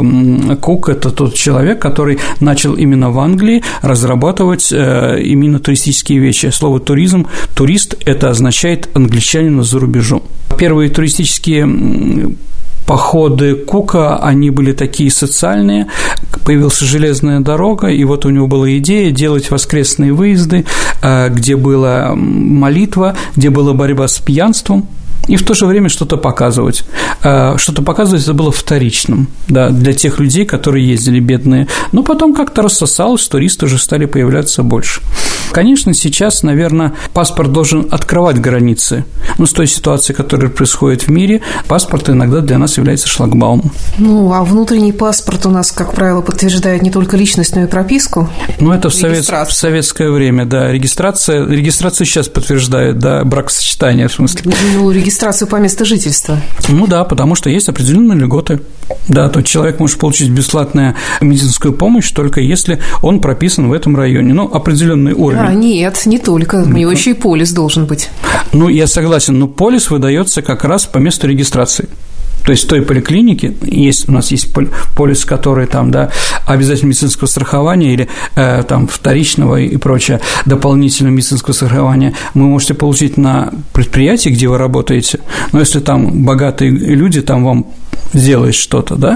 [SPEAKER 3] – это тот человек, который начал именно в Англии разрабатывать именно туристические вещи. Слово «туризм», «турист» – это означает «англичанина за рубежом». Первые туристические походы Кука, они были такие социальные, появилась железная дорога, и вот у него была идея делать воскресные выезды, где была молитва, где была борьба с пьянством, и в то же время что-то показывать. Что-то показывать это было вторичным, для тех людей, которые ездили бедные. Но потом как-то рассосалось, туристы уже стали появляться больше. Конечно, сейчас, наверное, паспорт должен открывать границы. С той ситуацией, которая происходит в мире, паспорт иногда для нас является шлагбаумом.
[SPEAKER 2] А внутренний паспорт у нас, как правило, подтверждает не только личность, но и прописку.
[SPEAKER 3] Это в советское время, Регистрация сейчас подтверждает, бракосочетание, в смысле.
[SPEAKER 2] Регистрацию по месту жительства.
[SPEAKER 3] Потому что есть определенные льготы. То человек может получить бесплатную медицинскую помощь только если он прописан в этом районе. Определенный уровень.
[SPEAKER 2] Нет, не только. У него еще и полис должен быть.
[SPEAKER 3] Я согласен, но полис выдается как раз по месту регистрации. То есть в той поликлинике у нас есть полис, который обязательно медицинского страхования или вторичного и прочее, дополнительного медицинского страхования вы можете получить на предприятии, где вы работаете, но если там богатые люди, там вам сделают что-то,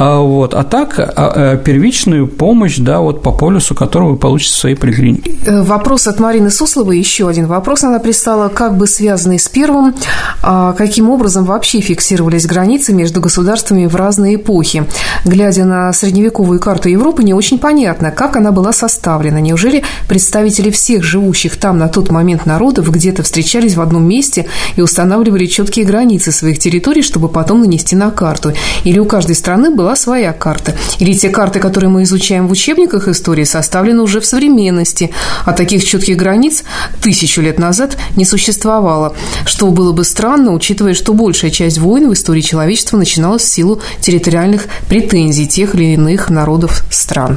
[SPEAKER 3] а так первичную помощь, по полису, которую вы получите в своей поликлинике.
[SPEAKER 2] Вопрос от Марины Сусловой, еще один вопрос она прислала, как бы связанный с первым, каким образом вообще фиксировались границы между государствами в разные эпохи. Глядя на средневековую карту Европы, не очень понятно, как она была составлена. Неужели представители всех живущих там на тот момент народов где-то встречались в одном месте и устанавливали четкие границы своих территорий, чтобы потом нанести на карту? Или у каждой страны была своя карта? Или те карты, которые мы изучаем в учебниках истории, составлены уже в современности, а таких четких границ 1000 лет назад не существовало, что было бы странно, учитывая, что большая часть войн в истории человечества начиналась в силу территориальных претензий тех или иных народов стран.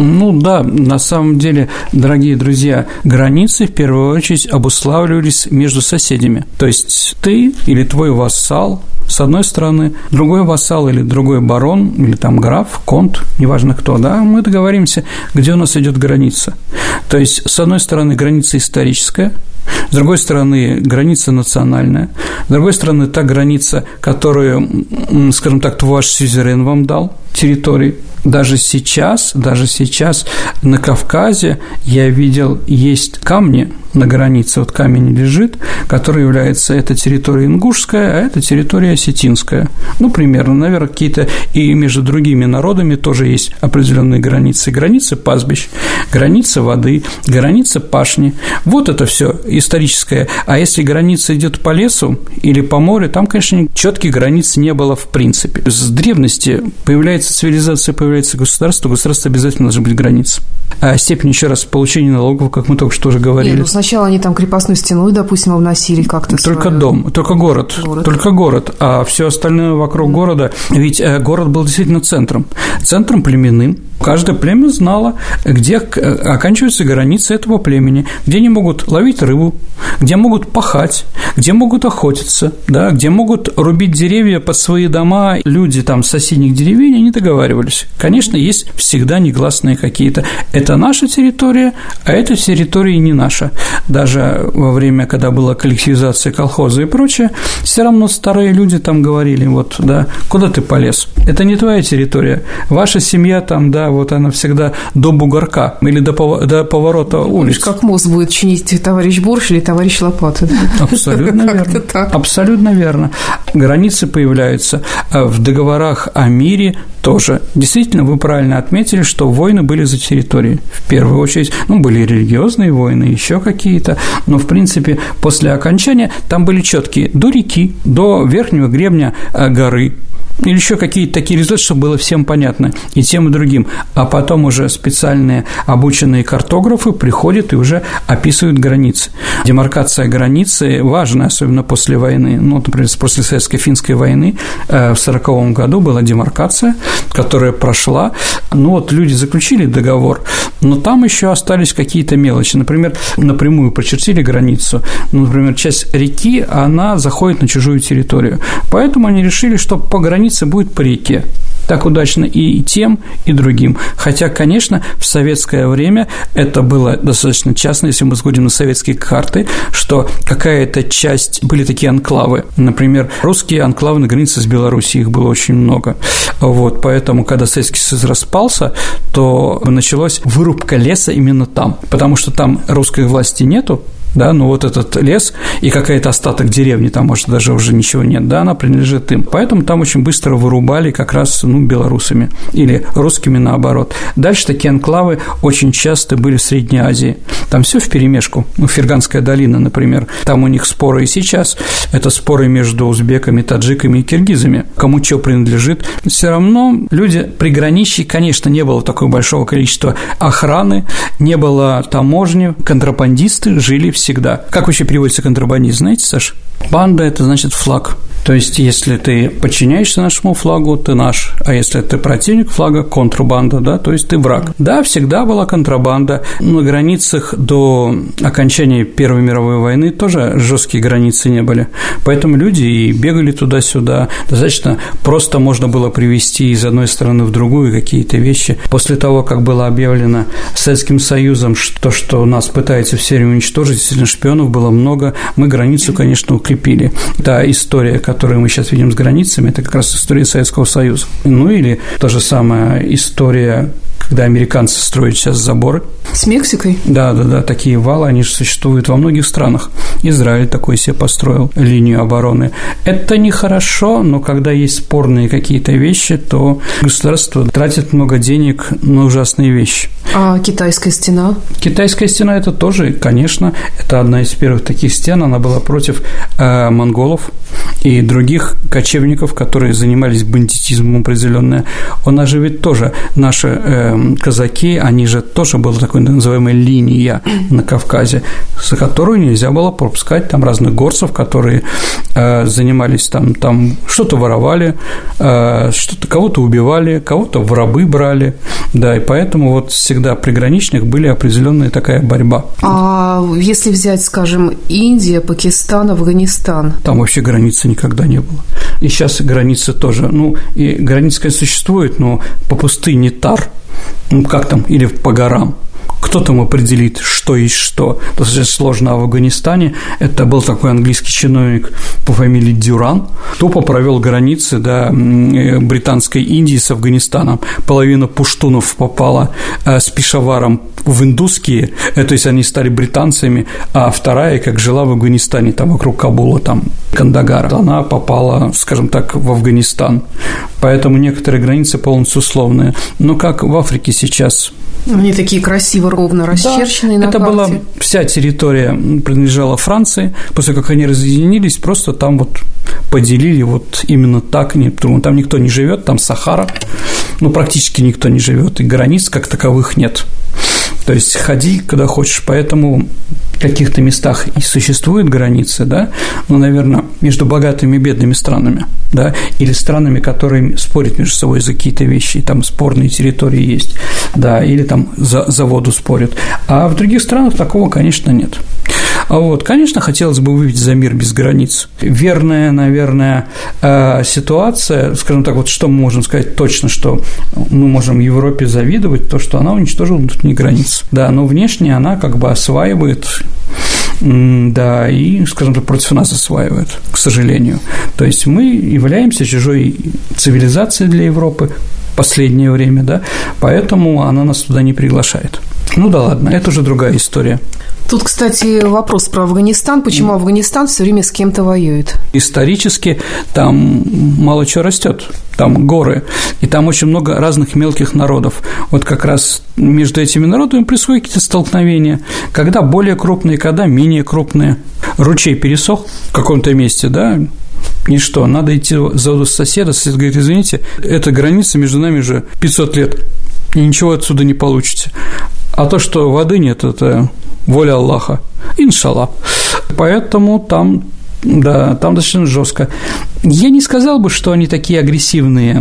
[SPEAKER 3] На самом деле, дорогие друзья, границы в первую очередь обуславливались между соседями. То есть ты или твой вассал с одной стороны, другой вассал или другой барон, или граф, конт, неважно кто, мы договоримся, где у нас идет граница. То есть, с одной стороны, граница историческая, с другой стороны, граница национальная, с другой стороны, та граница, которую, скажем так, ваш сюзерен вам дал, территории. Даже сейчас на Кавказе я видел, есть камни на границе, камень лежит, который является, это территория ингушская, а это территория осетинская. Примерно, наверное, какие-то и между другими народами тоже есть определенные границы. Границы пастбищ, границы воды, границы пашни. Вот это все историческое. А если граница идет по лесу или по морю, там, конечно, четких границ не было в принципе. С древности появляется цивилизация, появляется государство, государство обязательно должны быть границы. А степень, еще раз, получения налогов, как мы только что уже говорили.
[SPEAKER 2] Сначала они там крепостной стеной, допустим, обносили как-то.
[SPEAKER 3] Только дом, только город, а все остальное вокруг города. Ведь город был действительно центром племенным. Каждое племя знало, где оканчиваются границы этого племени, где они могут ловить рыбу, где могут пахать, где могут охотиться, где могут рубить деревья под свои дома. Люди с соседних деревень, они договаривались, Конечно, есть всегда негласные какие-то. Это наша территория, а эта территория не наша. Даже во время, когда была коллективизация колхоза и прочее, все равно старые люди там говорили, вот, да, куда ты полез? Это не твоя территория. Ваша семья там, да, вот она всегда до бугорка или до поворота улиц.
[SPEAKER 2] Как мост будет чинить товарищ Борщ или товарищ Лопата? Да?
[SPEAKER 3] Абсолютно верно. Абсолютно верно. Границы появляются в договорах о мире тоже. Действительно, вы правильно отметили, что войны были за территорией. В первую очередь, были религиозные войны, еще какие-то, но, в принципе, после окончания там были четкие до реки, до верхнего гребня горы, или еще какие-то такие результаты, чтобы было всем понятно и тем, и другим. А потом уже специальные обученные картографы приходят и уже описывают границы. Демаркация границы важна, особенно после войны. Например, после Советско-финской войны в 1940 году была демаркация, которая прошла. Люди заключили договор, но там еще остались какие-то мелочи. Например, напрямую прочертили границу. Например, часть реки, она заходит на чужую территорию. Поэтому они решили, что по границе будет по реке. Так удачно и тем, и другим. Хотя, конечно, в советское время это было достаточно частно, если мы взглянем на советские карты, что какая-то часть, были такие анклавы. Например, русские анклавы на границе с Белоруссией, их было очень много. Поэтому, когда Советский Союз распался, то началась вырубка леса именно там, потому что там русской власти нету. Да, этот лес и какая-то остаток деревни, там, может, даже уже ничего нет, да, она принадлежит им. Поэтому там очень быстро вырубали как раз, белорусами или русскими наоборот. Дальше такие анклавы очень часто были в Средней Азии. Там все вперемешку. Ферганская долина, например, там у них споры и сейчас. Это споры между узбеками, таджиками и киргизами. Кому что принадлежит. Все равно люди приграничья, конечно, не было такого большого количества охраны, не было таможни, контрабандисты жили всегда. Как вообще переводится контрабандист, знаете, Саш? Банда – это значит флаг. То есть, если ты подчиняешься нашему флагу, ты наш, а если ты противник флага – контрабанда, да, то есть ты враг. Да, всегда была контрабанда. На границах до окончания Первой мировой войны тоже жесткие границы не были. Поэтому люди и бегали туда-сюда. Достаточно просто можно было привезти из одной страны в другую какие-то вещи. После того, как было объявлено Советским Союзом, что нас пытаются все время уничтожить, действительно, шпионов было много, мы границу, конечно, укрепили. Та история, которую мы сейчас видим с границами, это как раз история Советского Союза. Или та же самая история, когда американцы строят сейчас заборы.
[SPEAKER 2] С Мексикой?
[SPEAKER 3] Да, такие валы, они же существуют во многих странах. Израиль такой себе построил линию обороны. Это нехорошо, но когда есть спорные какие-то вещи, то государство тратит много денег на ужасные вещи.
[SPEAKER 2] А китайская стена?
[SPEAKER 3] Китайская стена – это тоже, конечно, это одна из первых таких стен, она была против монголов и других кочевников, которые занимались бандитизмом определённое. У нас же ведь тоже наши казаки, они же тоже была такая называемая линия на Кавказе, за которую нельзя было пропускать там разных горцев, которые занимались там что-то воровали, кого-то убивали, кого-то в рабы брали, да, и поэтому всегда при граничных были определенная такая борьба.
[SPEAKER 2] А если взять, скажем, Индия, Пакистан, Афганистан?
[SPEAKER 3] Там вообще границы никогда не было. И сейчас границы тоже. И границы, конечно, существуют, но по пустыне Тар, как там, или по горам. Кто там определит, что есть что? Достаточно сложно. А в Афганистане это был такой английский чиновник по фамилии Дюран, тупо провел границы британской Индии с Афганистаном. Половина пуштунов попала с Пешаваром в индусские, то есть они стали британцами, а вторая, как жила в Афганистане, там вокруг Кабула, там Кандагара, она попала, скажем так, в Афганистан. Поэтому некоторые границы полностью условные. Но как в Африке сейчас.
[SPEAKER 2] Они такие красиво, ровно расчерченные, да, на карте. Это была
[SPEAKER 3] вся территория, принадлежала Франции. После как они разъединились, просто там поделили именно так. Там никто не живет, там Сахара, практически никто не живет, и границ как таковых нет. То есть ходи, куда хочешь. Поэтому в каких-то местах и существуют границы, да, ну, наверное, между богатыми и бедными странами, да, или странами, которые спорят между собой за какие-то вещи, там спорные территории есть, да, или там за воду спорят. А в других странах такого, конечно, нет. А вот, конечно, хотелось бы увидеть за мир без границ. Верная, наверное, ситуация, скажем так, вот что мы можем сказать точно, что мы можем Европе завидовать, то, что она уничтожила внутренние границы. Да, но внешне она как бы осваивает, да, и, скажем так, против нас осваивает, к сожалению. То есть мы являемся чужой цивилизацией для Европы в последнее время, да, поэтому она нас туда не приглашает. Ну да ладно, это уже другая история.
[SPEAKER 2] Тут, кстати, вопрос про Афганистан. Почему Афганистан все время с кем-то воюет?
[SPEAKER 3] Исторически там мало чего растет, там горы, и там очень много разных мелких народов. Вот как раз между этими народами происходят какие-то столкновения, когда более крупные, когда менее крупные. Ручей пересох в каком-то месте, да, и что, надо идти за соседа, сосед говорит: извините, эта граница между нами уже 500 лет, и ничего отсюда не получите. А то, что воды нет, это воля Аллаха, иншаллах. Поэтому там, да, там достаточно жестко. Я не сказал бы, что они такие агрессивные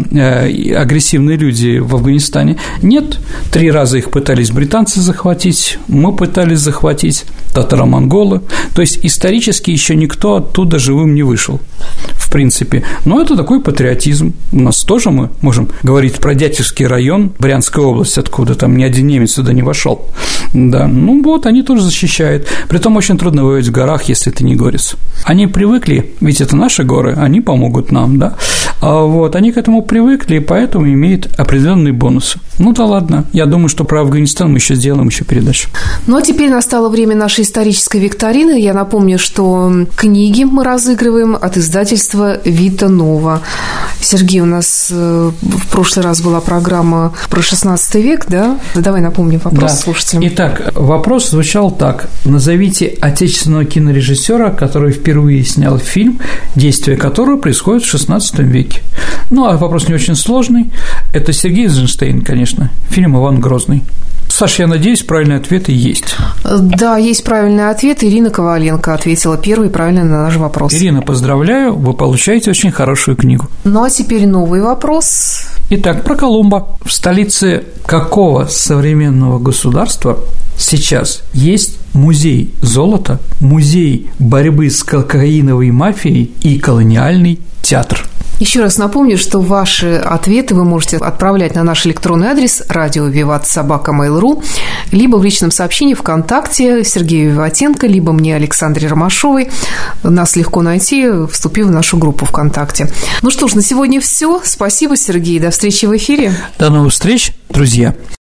[SPEAKER 3] люди в Афганистане. Нет, 3 раза их пытались британцы захватить, мы пытались захватить, татаро-монголы. То есть исторически еще никто оттуда живым не вышел, в принципе. Но это такой патриотизм. У нас тоже мы можем говорить про Дятьковский район, Брянская область, откуда там ни один немец сюда не вошел. Да, ну вот, они тоже защищают. Притом очень трудно воевать в горах, если ты не горец. Они привыкли, ведь это наши горы, они помогут нам, да. Вот, они к этому привыкли, и поэтому имеют определенные бонусы. Ну да ладно, я думаю, что про Афганистан мы еще сделаем еще передачу.
[SPEAKER 2] Ну а теперь настало время нашей исторической викторины. Я напомню, что книги мы разыгрываем от издательства «Вита Нова». Сергей, у нас в прошлый раз была программа про 16 век, да? Давай напомним вопрос слушателям.
[SPEAKER 3] Итак, вопрос звучал так: назовите отечественного кинорежиссера, который впервые снял фильм, действие которого происходит в 16 веке. Ну, а вопрос не очень сложный. Это Сергей Эйзенштейн, конечно, фильм «Иван Грозный». Саша, я надеюсь, правильные ответы есть.
[SPEAKER 2] Да, есть правильный ответ. Ирина Коваленко ответила первый правильно на наш вопрос.
[SPEAKER 3] Ирина, поздравляю, вы получаете очень хорошую книгу.
[SPEAKER 2] Ну, а теперь новый вопрос.
[SPEAKER 3] Итак, про Колумба. В столице какого современного государства сейчас есть музей золота, музей борьбы с кокаиновой мафией и колониальный театр?
[SPEAKER 2] Еще раз напомню, что ваши ответы вы можете отправлять на наш электронный адрес radio@vivat@mail.ru, либо в личном сообщении ВКонтакте Сергею Виватенко, либо мне, Александре Ромашовой. Нас легко найти, вступив в нашу группу ВКонтакте. Ну что ж, на сегодня все. Спасибо, Сергей. До встречи в эфире.
[SPEAKER 3] До новых встреч, друзья.